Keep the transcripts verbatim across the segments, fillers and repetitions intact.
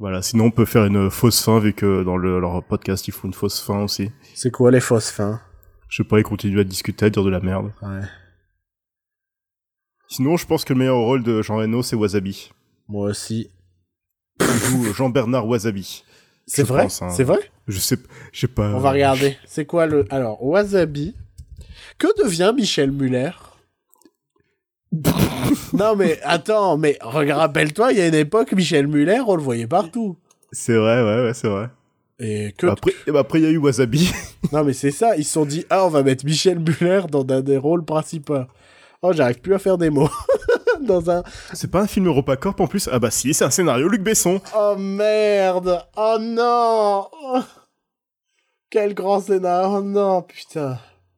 Voilà, sinon on peut faire une fausse fin, vu que dans le, leur podcast, ils font une fausse fin aussi. C'est quoi les fausses fins? Je sais pas, ils continuent à discuter, à dire de la merde. Ouais. Sinon, je pense que le meilleur rôle de Jean Reno, c'est Wasabi. Moi aussi. Il joue Jean-Bernard Wasabi. C'est je vrai pense, hein. C'est vrai Je sais, je sais pas. On va regarder. C'est quoi le... Alors, Wasabi. Que devient Michel Muller? Non, mais attends, mais regarde, rappelle-toi, il y a une époque, Michel Muller, on le voyait partout. C'est vrai, ouais, ouais, c'est vrai. Et que... Après, et bah après, il y a eu Wasabi. Non, mais c'est ça, ils se sont dit, ah, on va mettre Michel Muller dans un des rôles principaux. Oh, j'arrive plus à faire des mots. Dans un... C'est pas un film EuropaCorp en plus? Ah bah si, c'est un scénario Luc Besson. Oh merde! Oh non! Oh. Quel grand scénario! Oh non, putain!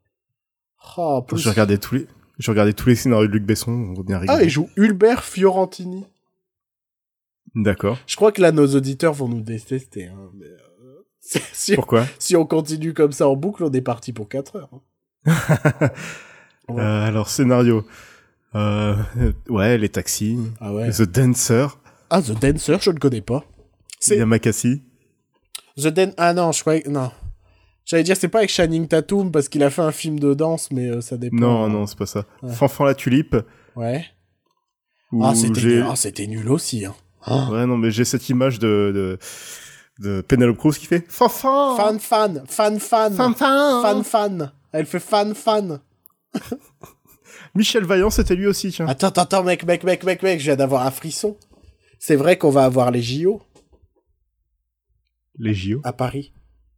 Oh, plus... J'ai regardé tous les, j'ai regardé tous les scénarios de Luc Besson, on va bien rigoler. Ah, il joue Hulbert Fiorentini. D'accord. Je crois que là, nos auditeurs vont nous détester. Hein, mais, euh... si, Pourquoi? Si on continue comme ça en boucle, on est parti pour quatre heures. Hein. Ouais. euh, alors, scénario. Euh, ouais, les taxis. Ah ouais. The Dancer. Ah, The Dancer, je ne connais pas. C'est Yamakasi. The Dan... Ah non, je croyais... Non. J'allais dire, c'est pas avec Channing Tatum, parce qu'il a fait un film de danse, mais euh, ça dépend. Non, non, c'est pas ça. Ouais. Fanfan la tulipe. Ouais. Ah, c'était j'ai... nul. Ah, c'était nul aussi, hein. Oh. Ouais, non, mais j'ai cette image de... de... de Penelope Cruz qui fait Fanfan. Fan fan, fan fan, fan fan, fan fan. Elle fait fan fan. Michel Vaillant, c'était lui aussi, tiens. Attends, attends, attends, mec, mec, mec, mec, mec, je viens d'avoir un frisson. C'est vrai qu'on va avoir les J O. Les J O à Paris.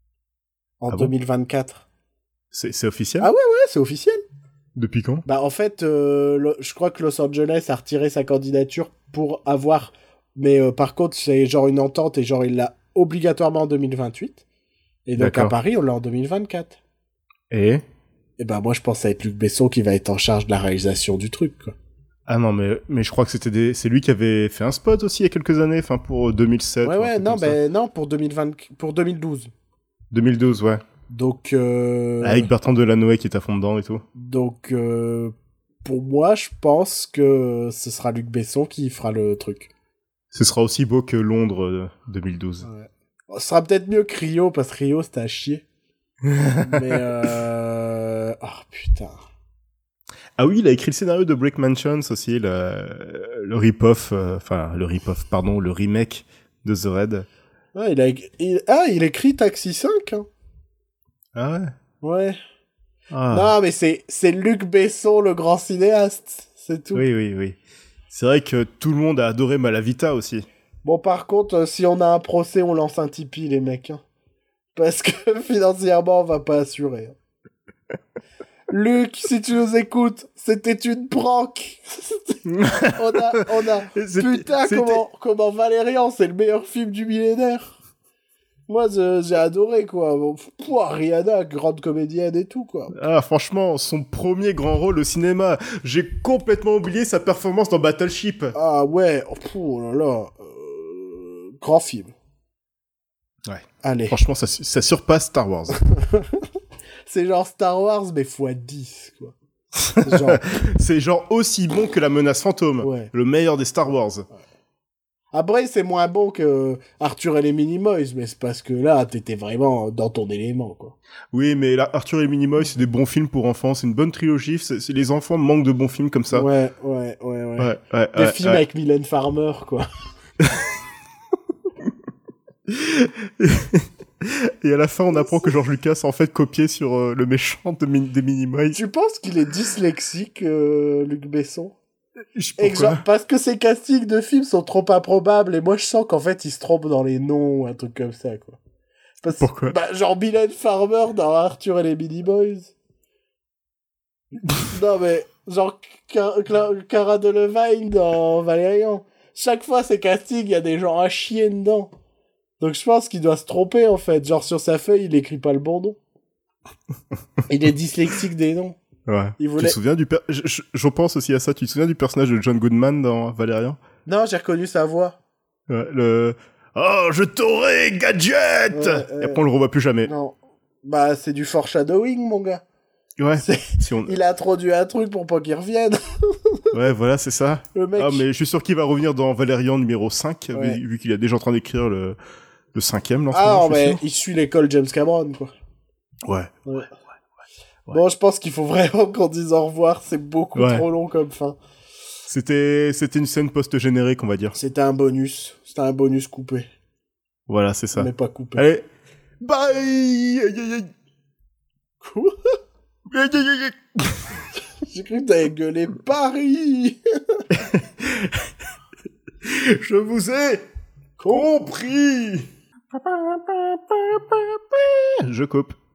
En ah deux mille vingt-quatre. Bon c'est, c'est officiel? Ah ouais, ouais, c'est officiel. Depuis quand? Bah, en fait, euh, le, je crois que Los Angeles a retiré sa candidature pour avoir... Mais euh, par contre, c'est genre une entente et genre il l'a obligatoirement en deux mille vingt-huit. Et donc D'accord. à Paris, on l'a en deux mille vingt-quatre. Et Et ben moi, je pense que ça va être Luc Besson qui va être en charge de la réalisation du truc, quoi. Ah non, mais, mais je crois que c'était des... c'est lui qui avait fait un spot aussi il y a quelques années, enfin pour deux mille sept. Ouais, ouais, non, ben non, pour, deux mille vingt... pour deux mille douze. deux mille douze, ouais. Donc... Euh... Avec Bertrand Delanoë qui est à fond dedans et tout. Donc, euh... pour moi, je pense que ce sera Luc Besson qui fera le truc. Ce sera aussi beau que Londres euh, deux mille douze. Ouais. Ce sera peut-être mieux que Rio, parce que Rio, c'était à chier. Mais euh... oh, putain. Ah oui, il a écrit le scénario de Brick Mansions aussi, le, le rip-off, euh, enfin, le rip-off, pardon, le remake de The Raid. Ah, il a... il... Ah, il écrit Taxi cinq, hein. Ah ouais? Ouais. Ah. Non, mais c'est, c'est Luc Besson, le grand cinéaste. C'est tout. Oui, oui, oui. C'est vrai que tout le monde a adoré Malavita aussi. Bon, par contre, euh, si on a un procès, on lance un Tipeee, les mecs. Hein. Parce que financièrement, on va pas assurer. Hein. Luc, si tu nous écoutes, c'était une prank. on a, on a. C'était, Putain, c'était... comment, comment Valérian, c'est le meilleur film du millénaire. Moi, je, j'ai adoré, quoi. Pouah, Rihanna, grande comédienne et tout, quoi. Ah, franchement, son premier grand rôle au cinéma. J'ai complètement oublié sa performance dans Battleship. Ah ouais, oh là là. Euh, grand film. Ouais. Allez. Franchement, ça, ça surpasse Star Wars. C'est genre Star Wars, mais fois dix, quoi. C'est genre... c'est genre aussi bon que La Menace Fantôme. Ouais. Le meilleur des Star Wars. Ouais. Après, c'est moins bon que Arthur et les Minimoys, mais c'est parce que là, t'étais vraiment dans ton élément, quoi. Oui, mais là, Arthur et les Minimoys, c'est des bons films pour enfants. C'est une bonne trilogie. C'est, c'est les enfants manquent de bons films comme ça. Ouais, ouais, ouais, ouais. ouais, ouais des ouais, films ouais. avec Mylène Farmer, quoi. Et à la fin, on apprend que George Lucas a en fait copié sur euh, le méchant de min- des Minimoys. Tu penses qu'il est dyslexique, euh, Luc Besson? Et genre, parce que ses castings de films sont trop improbables, et moi je sens qu'en fait il se trompe dans les noms ou un truc comme ça, quoi. Parce, Pourquoi? Bah, genre Mylène Farmer dans Arthur et les Minimoys. Non mais, genre Car- Car- Cara Delevingne dans Valérian. Chaque fois ces castings, il y a des gens à chier dedans. Donc je pense qu'il doit se tromper en fait. Genre sur sa feuille, il écrit pas le bon nom. Il est dyslexique des noms. Ouais. Il voulait... Tu te souviens du per... je, je, je pense aussi à ça. Tu te souviens du personnage de John Goodman dans Valérian? Non, j'ai reconnu sa voix. Ouais, le... Oh, je t'aurai, gadget! Ouais, Et après, on le revoit plus jamais. Non. Bah, c'est du foreshadowing, mon gars. Ouais. C'est... Si on... Il a introduit un truc pour pas qu'il revienne. Ouais, voilà, c'est ça. Le mec. Ah, mais je suis sûr qu'il va revenir dans Valérian numéro cinq, Ouais. vu, vu qu'il est déjà en train d'écrire le, le cinquième, là, en ce Ah, moment, je suis mais sûr. il suit l'école James Cameron, quoi. Ouais. Ouais. Ouais. Bon, je pense qu'il faut vraiment qu'on dise au revoir. C'est beaucoup Ouais. trop long comme fin. C'était, c'était une scène post-générique, on va dire. C'était un bonus. C'était un bonus coupé. Voilà, c'est ça. Mais pas coupé. Allez. Bye! Aïe, aïe, aïe. Quoi? Aïe, aïe, aïe, aïe. J'ai cru que t'avais gueulé Paris. Je vous ai compris. Je coupe.